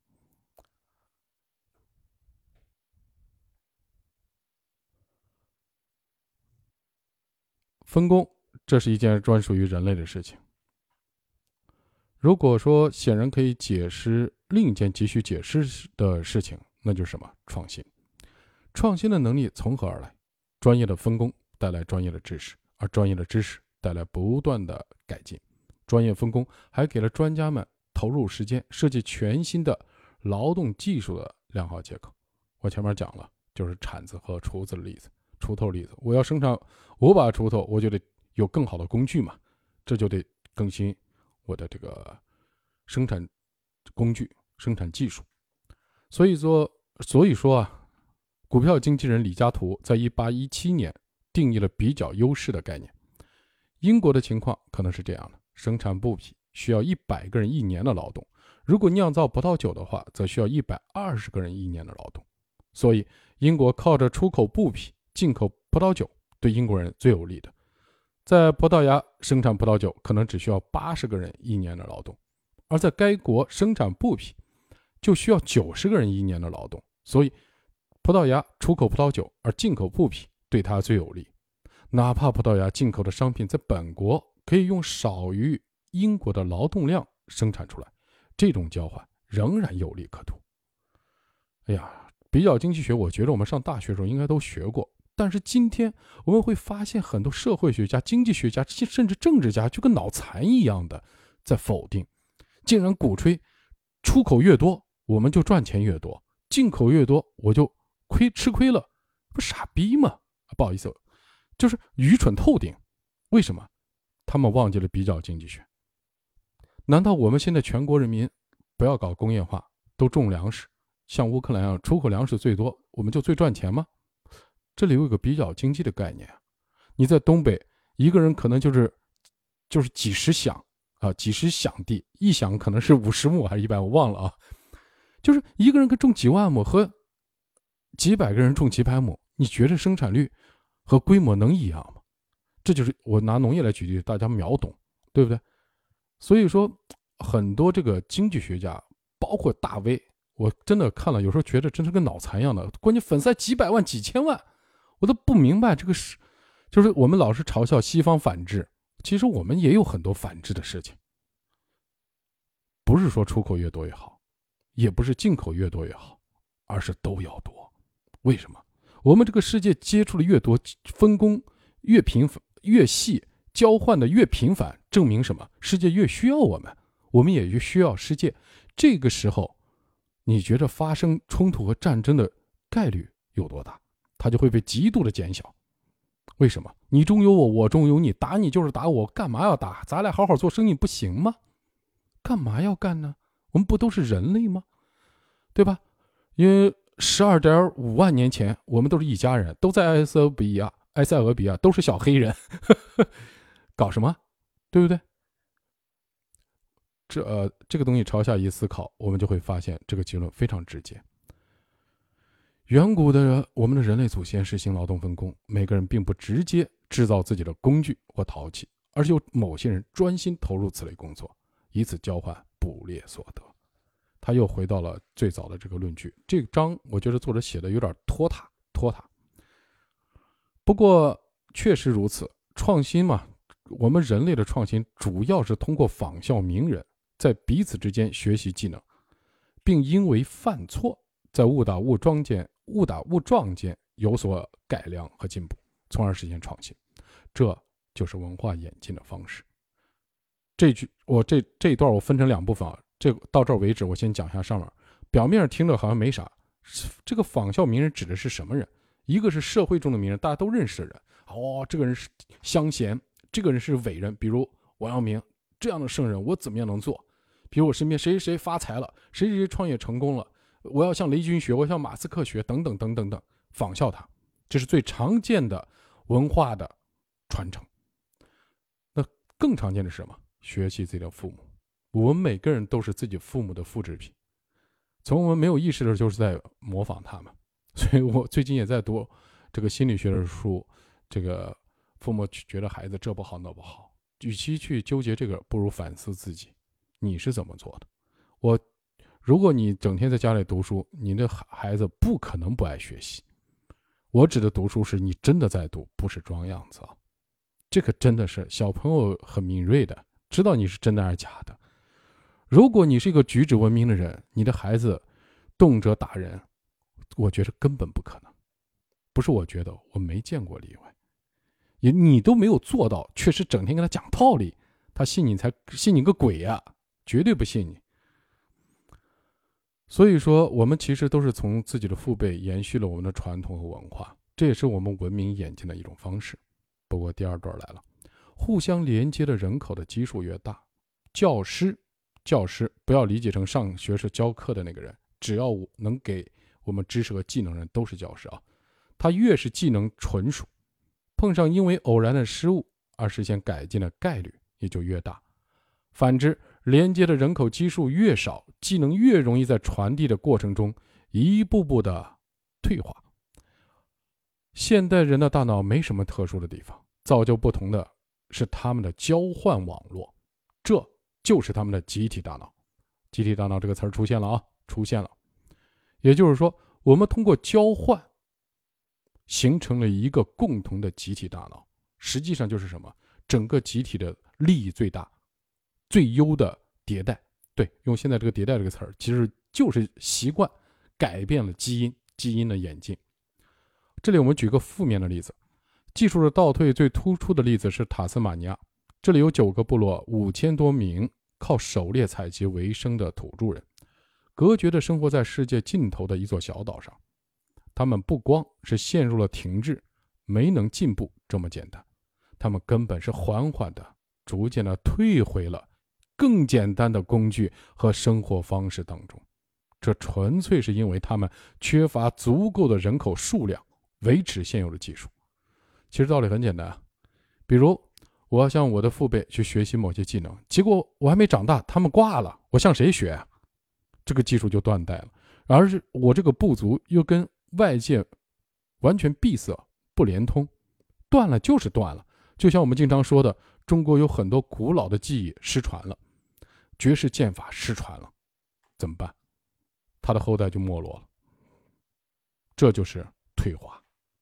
分工，这是一件专属于人类的事情。如果说显然可以解释另一件急需解释的事情，那就是什么？创新。创新的能力从何而来？专业的分工带来专业的知识，而专业的知识带来不断的改进。专业分工还给了专家们投入时间设计全新的劳动技术的良好借口。我前面讲了，就是铲子和锄子的例子，锄头例子。我要生产五把锄头，我就得有更好的工具嘛，这就得更新我的这个生产工具、生产技术。所以说，所以说啊，股票经纪人李嘉图在一八一七年定义了比较优势的概念。英国的情况可能是这样的：生产布匹需要一百个人一年的劳动，如果酿造葡萄酒的话，则需要一百二十个人一年的劳动。所以，英国靠着出口布匹、进口葡萄酒对英国人最有利的。在葡萄牙生产葡萄酒可能只需要八十个人一年的劳动，而在该国生产布匹就需要九十个人一年的劳动，所以葡萄牙出口葡萄酒而进口布匹对它最有利。哪怕葡萄牙进口的商品在本国可以用少于英国的劳动量生产出来，这种交换仍然有利可图。哎呀，比较经济学我觉得我们上大学的时候应该都学过，但是今天我们会发现很多社会学家、经济学家甚至政治家就跟脑残一样的在否定，竟然鼓吹出口越多我们就赚钱越多，进口越多我就亏吃亏了，不傻逼吗？不好意思，就是愚蠢透顶。为什么？他们忘记了比较经济学。难道我们现在全国人民不要搞工业化，都种粮食，像乌克兰一样出口粮食最多，我们就最赚钱吗？这里有一个比较经济的概念啊，你在东北一个人可能就是就是几十响啊，几十响地，一响可能是五十亩还是一百，我忘了啊。就是一个人可种几万亩和几百个人种几百亩，你觉得生产率和规模能一样吗？这就是我拿农业来举例，大家秒懂，对不对？所以说很多这个经济学家包括大 V， 我真的看了有时候觉得真是跟脑残一样的，关键粉丝几百万几千万，我都不明白这个是，就是我们老是嘲笑西方反制，其实我们也有很多反制的事情。不是说出口越多越好，也不是进口越多越好，而是都要多。为什么？我们这个世界接触的越多，分工越频繁越细，交换的越频繁，证明什么？世界越需要我们，我们也越需要世界。这个时候你觉得发生冲突和战争的概率有多大？它就会被极度的减小。为什么？你中有我，我中有你，打你就是打我，干嘛要打？咱俩好好做生意不行吗？干嘛要干呢？我们不都是人类吗？对吧？因为十二点五万年前我们都是一家人，都在埃塞俄比亚埃塞俄比亚都是小黑人搞什么？对不对？这、呃、这个东西朝下一思考，我们就会发现这个结论非常直接。远古的我们的人类祖先实行劳动分工，每个人并不直接制造自己的工具或陶器，而是有某些人专心投入此类工作，以此交换捕猎所得。他又回到了最早的这个论据。这个章我觉得作者写的有点拖沓拖沓，不过确实如此。创新嘛，我们人类的创新主要是通过仿效名人，在彼此之间学习技能，并因为犯错，在误打误撞间误打误撞间有所改良和进步，从而实现创新。这就是文化演进的方式。这句我这这一段我分成两部分啊，这到这儿为止，我先讲一下上面。表面上听着好像没啥，这个仿效名人指的是什么人？一个是社会中的名人，大家都认识的人，哦，这个人是乡贤，这个人是伟人，比如王阳明这样的圣人，我怎么样能做？比如我身边谁谁发财了，谁谁创业成功了，我要向雷军学，我要向马斯克学，等等等等等，仿效他，这是最常见的文化的传承。那更常见的是什么？学习自己的父母。我们每个人都是自己父母的复制品，从我们没有意识的就是在模仿他们。所以我最近也在读这个心理学的书，这个父母觉得孩子这不好那不好，与其去纠结这个，不如反思自己，你是怎么做的。我如果你整天在家里读书，你的孩子不可能不爱学习。我指的读书是你真的在读，不是装样子啊。这个真的是小朋友很敏锐的，知道你是真的还是假的。如果你是一个举止文明的人，你的孩子动辄打人，我觉得根本不可能。不是我觉得，我没见过例外。也你都没有做到，确实整天跟他讲道理，他信你才信你个鬼呀、啊，绝对不信你。所以说我们其实都是从自己的父辈延续了我们的传统和文化，这也是我们文明演进的一种方式。不过第二段来了，互相连接的人口的基数越大，教师教师不要理解成上学是教课的那个人，只要能给我们知识和技能人都是教师啊。他越是技能纯熟，碰上因为偶然的失误而实现改进的概率也就越大。反之，连接的人口基数越少，技能越容易在传递的过程中一步步的退化。 现代人的大脑没什么特殊的地方，造就不同的是他们的交换网络，这就是他们的集体大脑。集体大脑这个词儿出现了啊，出现了。也就是说，我们通过交换形成了一个共同的集体大脑，实际上就是什么？整个集体的利益最大、最优的迭代。对，用现在这个迭代这个词儿，其实就是习惯改变了基因，基因的演进。这里我们举个负面的例子，技术的倒退最突出的例子是塔斯马尼亚，这里有九个部落，五千多名靠狩猎采集为生的土著人，隔绝地生活在世界尽头的一座小岛上。他们不光是陷入了停滞，没能进步这么简单，他们根本是缓缓的、逐渐的退回了更简单的工具和生活方式当中。这纯粹是因为他们缺乏足够的人口数量维持现有的技术。其实道理很简单，比如我要向我的父辈去学习某些技能，结果我还没长大，他们挂了，我向谁学啊？这个技术就断代了。而是我这个部族又跟外界完全闭塞不连通，断了就是断了。就像我们经常说的，中国有很多古老的技艺失传了，绝世剑法失传了，怎么办？他的后代就没落了，这就是退化。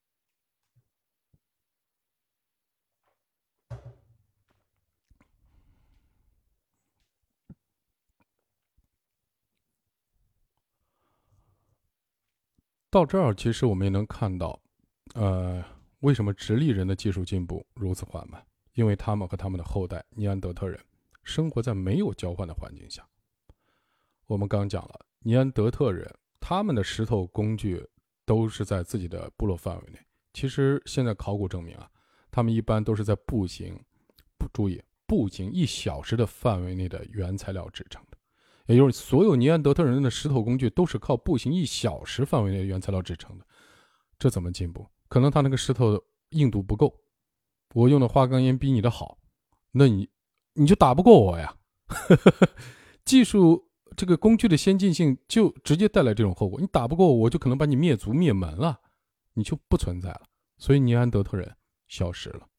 到这儿，其实我们也能看到，呃，为什么直立人的技术进步如此缓慢？因为他们和他们的后代尼安德特人生活在没有交换的环境下。我们刚讲了，尼安德特人他们的石头工具都是在自己的部落范围内。其实现在考古证明啊，他们一般都是在步行，不注意步行一小时的范围内的原材料制成的。也就是所有尼安德特人的石头工具都是靠步行一小时范围内的原材料制成的。这怎么进步？可能他那个石头的硬度不够，我用的花岗岩比你的好，那你你就打不过我呀。技术这个工具的先进性就直接带来这种后果，你打不过我，我就可能把你灭族灭门了，你就不存在了。所以尼安德特人消失了。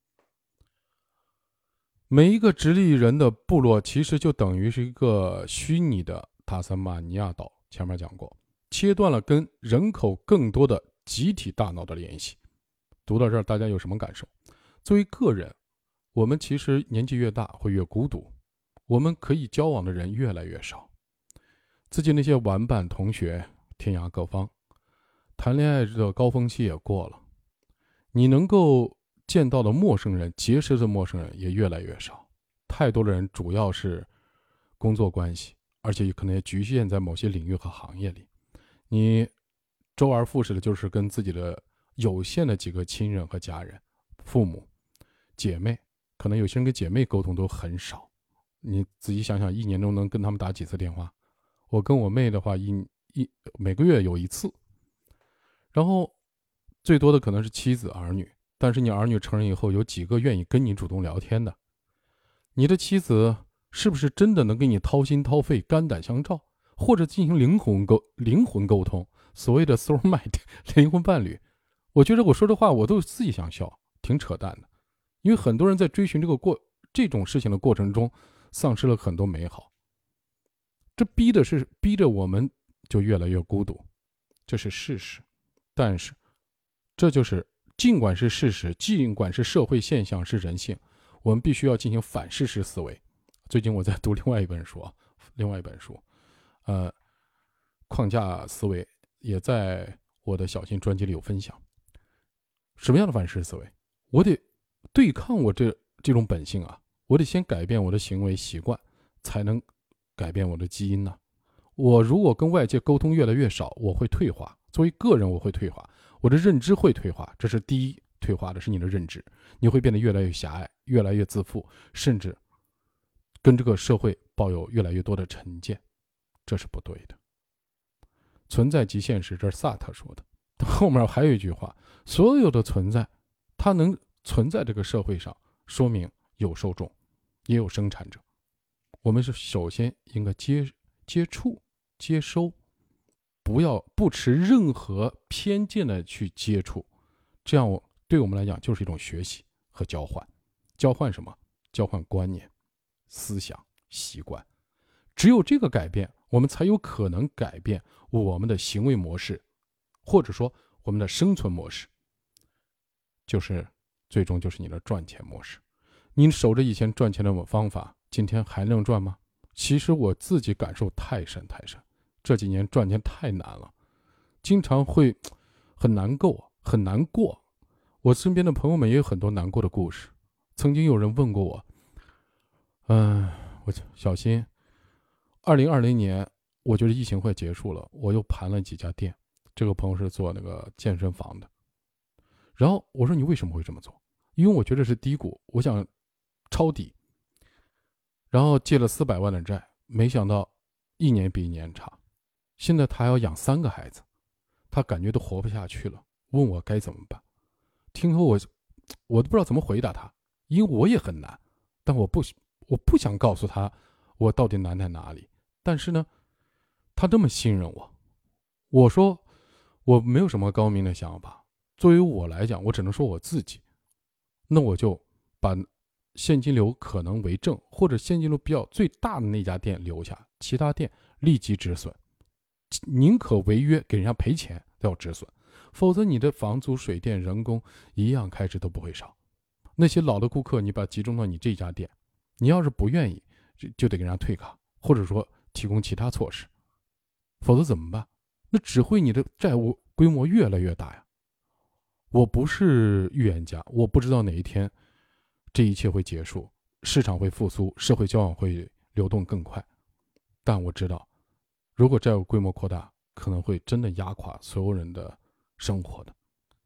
每一个直立人的部落其实就等于是一个虚拟的塔斯马尼亚岛，前面讲过，切断了跟人口更多的集体大脑的联系。读到这儿，大家有什么感受？作为个人，我们其实年纪越大会越孤独，我们可以交往的人越来越少，自己那些玩伴同学天涯各方，谈恋爱的高峰期也过了，你能够见到的陌生人，结识的陌生人也越来越少。太多的人主要是工作关系，而且可能也局限在某些领域和行业里。你周而复始的就是跟自己的有限的几个亲人和家人、父母、姐妹，可能有些人跟姐妹沟通都很少。你仔细想想，一年中能跟他们打几次电话？我跟我妹的话，一一每个月有一次，然后最多的可能是妻子儿女。但是你儿女成人以后，有几个愿意跟你主动聊天的？你的妻子是不是真的能跟你掏心掏肺、肝胆相照，或者进行灵魂沟灵魂沟通？所谓的 soulmate 灵魂伴侣，我觉得我说这话我都自己想笑，挺扯淡的。因为很多人在追寻这个过这种事情的过程中，丧失了很多美好。这逼的是逼着我们就越来越孤独，这是事实。但是这就是尽管是事实，尽管是社会现象，是人性，我们必须要进行反事实思维。最近我在读另外一本书啊，另外一本书，呃，框架思维也在我的小新专辑里有分享。什么样的反事实思维？我得对抗我这这种本性啊，我得先改变我的行为习惯，才能改变我的基因呢。我如果跟外界沟通越来越少，我会退化。作为个人，我会退化。我的认知会退化，这是第一，退化的是你的认知，你会变得越来越狭隘，越来越自负，甚至跟这个社会抱有越来越多的成见，这是不对的。存在即现实，这是萨特说的。后面还有一句话，所有的存在，它能存在这个社会上，说明有受众，也有生产者。我们是首先应该接接触、接收，不要不持任何偏见的去接触， 这样我对我们来讲就是一种学习和交换。交换什么？交换观念、思想、习惯。只有这个改变，我们才有可能改变我们的行为模式，或者说我们的生存模式，就是最终就是你的赚钱模式。你守着以前赚钱的方法，今天还能赚吗？其实我自己感受太深太深，这几年赚钱太难了，经常会很难过很难过。我身边的朋友们也有很多难过的故事。曾经有人问过我，嗯、呃，我小新，二零二零年我觉得疫情快结束了，我又盘了几家店。这个朋友是做那个健身房的，然后我说你为什么会这么做？因为我觉得是低谷，我想抄底，然后借了四百万的债，没想到一年比一年差。现在他要养三个孩子，他感觉都活不下去了，问我该怎么办。听后我我都不知道怎么回答他，因为我也很难，但我不我不想告诉他我到底难在哪里。但是呢，他这么信任我，我说我没有什么高明的想法，作为我来讲，我只能说我自己。那我就把现金流可能为正，或者现金流比较最大的那家店留下，其他店立即止损，宁可违约给人家赔钱都要止损，否则你的房租、水电、人工一样开支都不会少。那些老的顾客，你把集中到你这家店，你要是不愿意，就得给人家退卡，或者说提供其他措施，否则怎么办？那只会你的债务规模越来越大呀。我不是预言家，我不知道哪一天这一切会结束，市场会复苏，社会交往会流动更快，但我知道，如果债务规模扩大，可能会真的压垮所有人的生活的。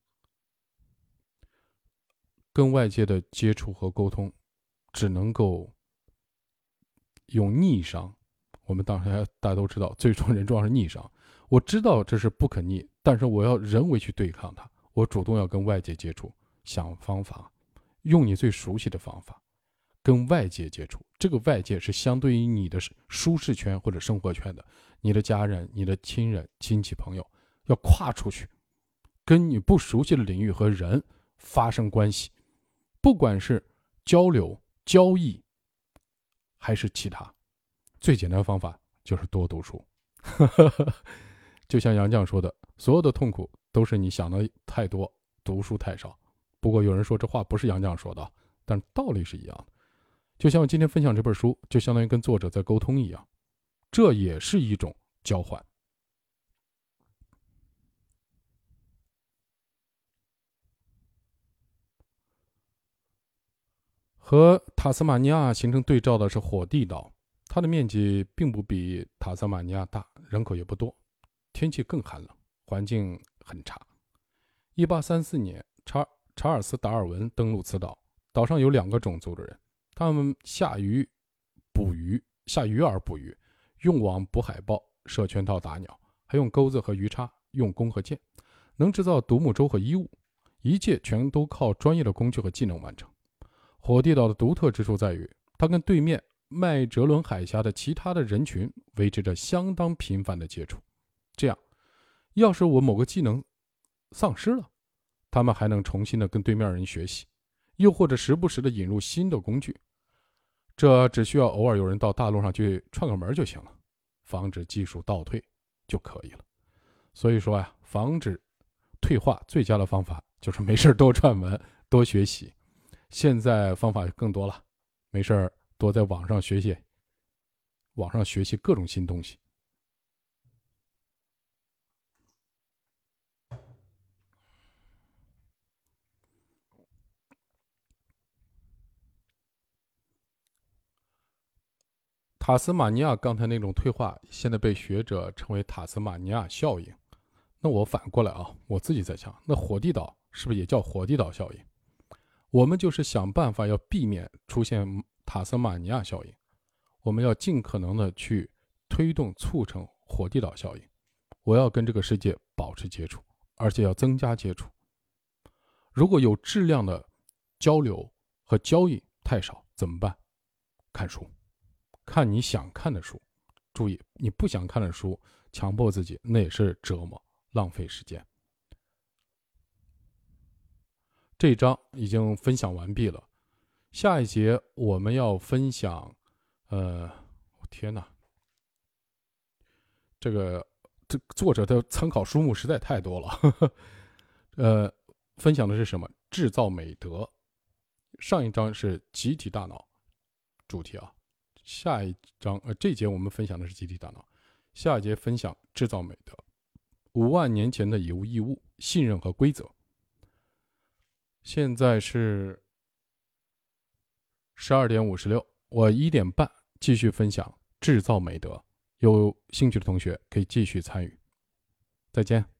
跟外界的接触和沟通，只能够用逆商。我们当然大家都知道，最终人重要是逆商。我知道这是不可逆，但是我要人为去对抗它。我主动要跟外界接触，想方法，用你最熟悉的方法跟外界接触。这个外界是相对于你的舒适圈或者生活圈的，你的家人、你的亲人、亲戚朋友，要跨出去，跟你不熟悉的领域和人发生关系，不管是交流、交易还是其他，最简单的方法就是多读书。就像杨绛说的，所有的痛苦都是你想的太多，读书太少。不过有人说这话不是杨绛说的，但道理是一样的。就像我今天分享这本书，就相当于跟作者在沟通一样，这也是一种交换。和塔斯马尼亚形成对照的是火地岛，它的面积并不比塔斯马尼亚大，人口也不多，天气更寒冷，环境很差。一八三四年，查查尔斯·达尔文登陆此岛，岛上有两个种族的人，他们下鱼捕鱼，下鱼饵捕鱼，用网捕海豹，设圈套打鸟，还用钩子和鱼叉，用弓和箭，能制造独木舟和衣物，一切全都靠专业的工具和技能完成。火地岛的独特之处在于，它跟对面麦哲伦海峡的其他的人群维持着相当频繁的接触。这样，要是我某个技能丧失了，他们还能重新的跟对面人学习，又或者时不时的引入新的工具。这只需要偶尔有人到大陆上去串个门就行了，防止技术倒退就可以了。所以说呀、啊，防止退化最佳的方法就是没事多串门，多学习。现在方法更多了，没事多在网上学习，网上学习各种新东西。塔斯马尼亚刚才那种退化，现在被学者称为塔斯马尼亚效应。那我反过来啊，我自己在想，那火地岛是不是也叫火地岛效应？我们就是想办法要避免出现塔斯马尼亚效应，我们要尽可能的去推动促成火地岛效应。我要跟这个世界保持接触，而且要增加接触。如果有质量的交流和交易太少怎么办？看书，看你想看的书。注意，你不想看的书，强迫自己，那也是折磨，浪费时间。 这一章已经分享完毕了。下一节我们要分享，呃，天哪，这个这作者的参考书目实在太多了。呵呵呃，分享的是什么？制造美德。上一章是集体大脑主题啊，下一章呃这一节我们分享的是集体大脑，下一节分享制造美德。五万年前的以物易物，信任和规则。现在是十二点五十六，我一点半继续分享制造美德。有兴趣的同学可以继续参与。再见。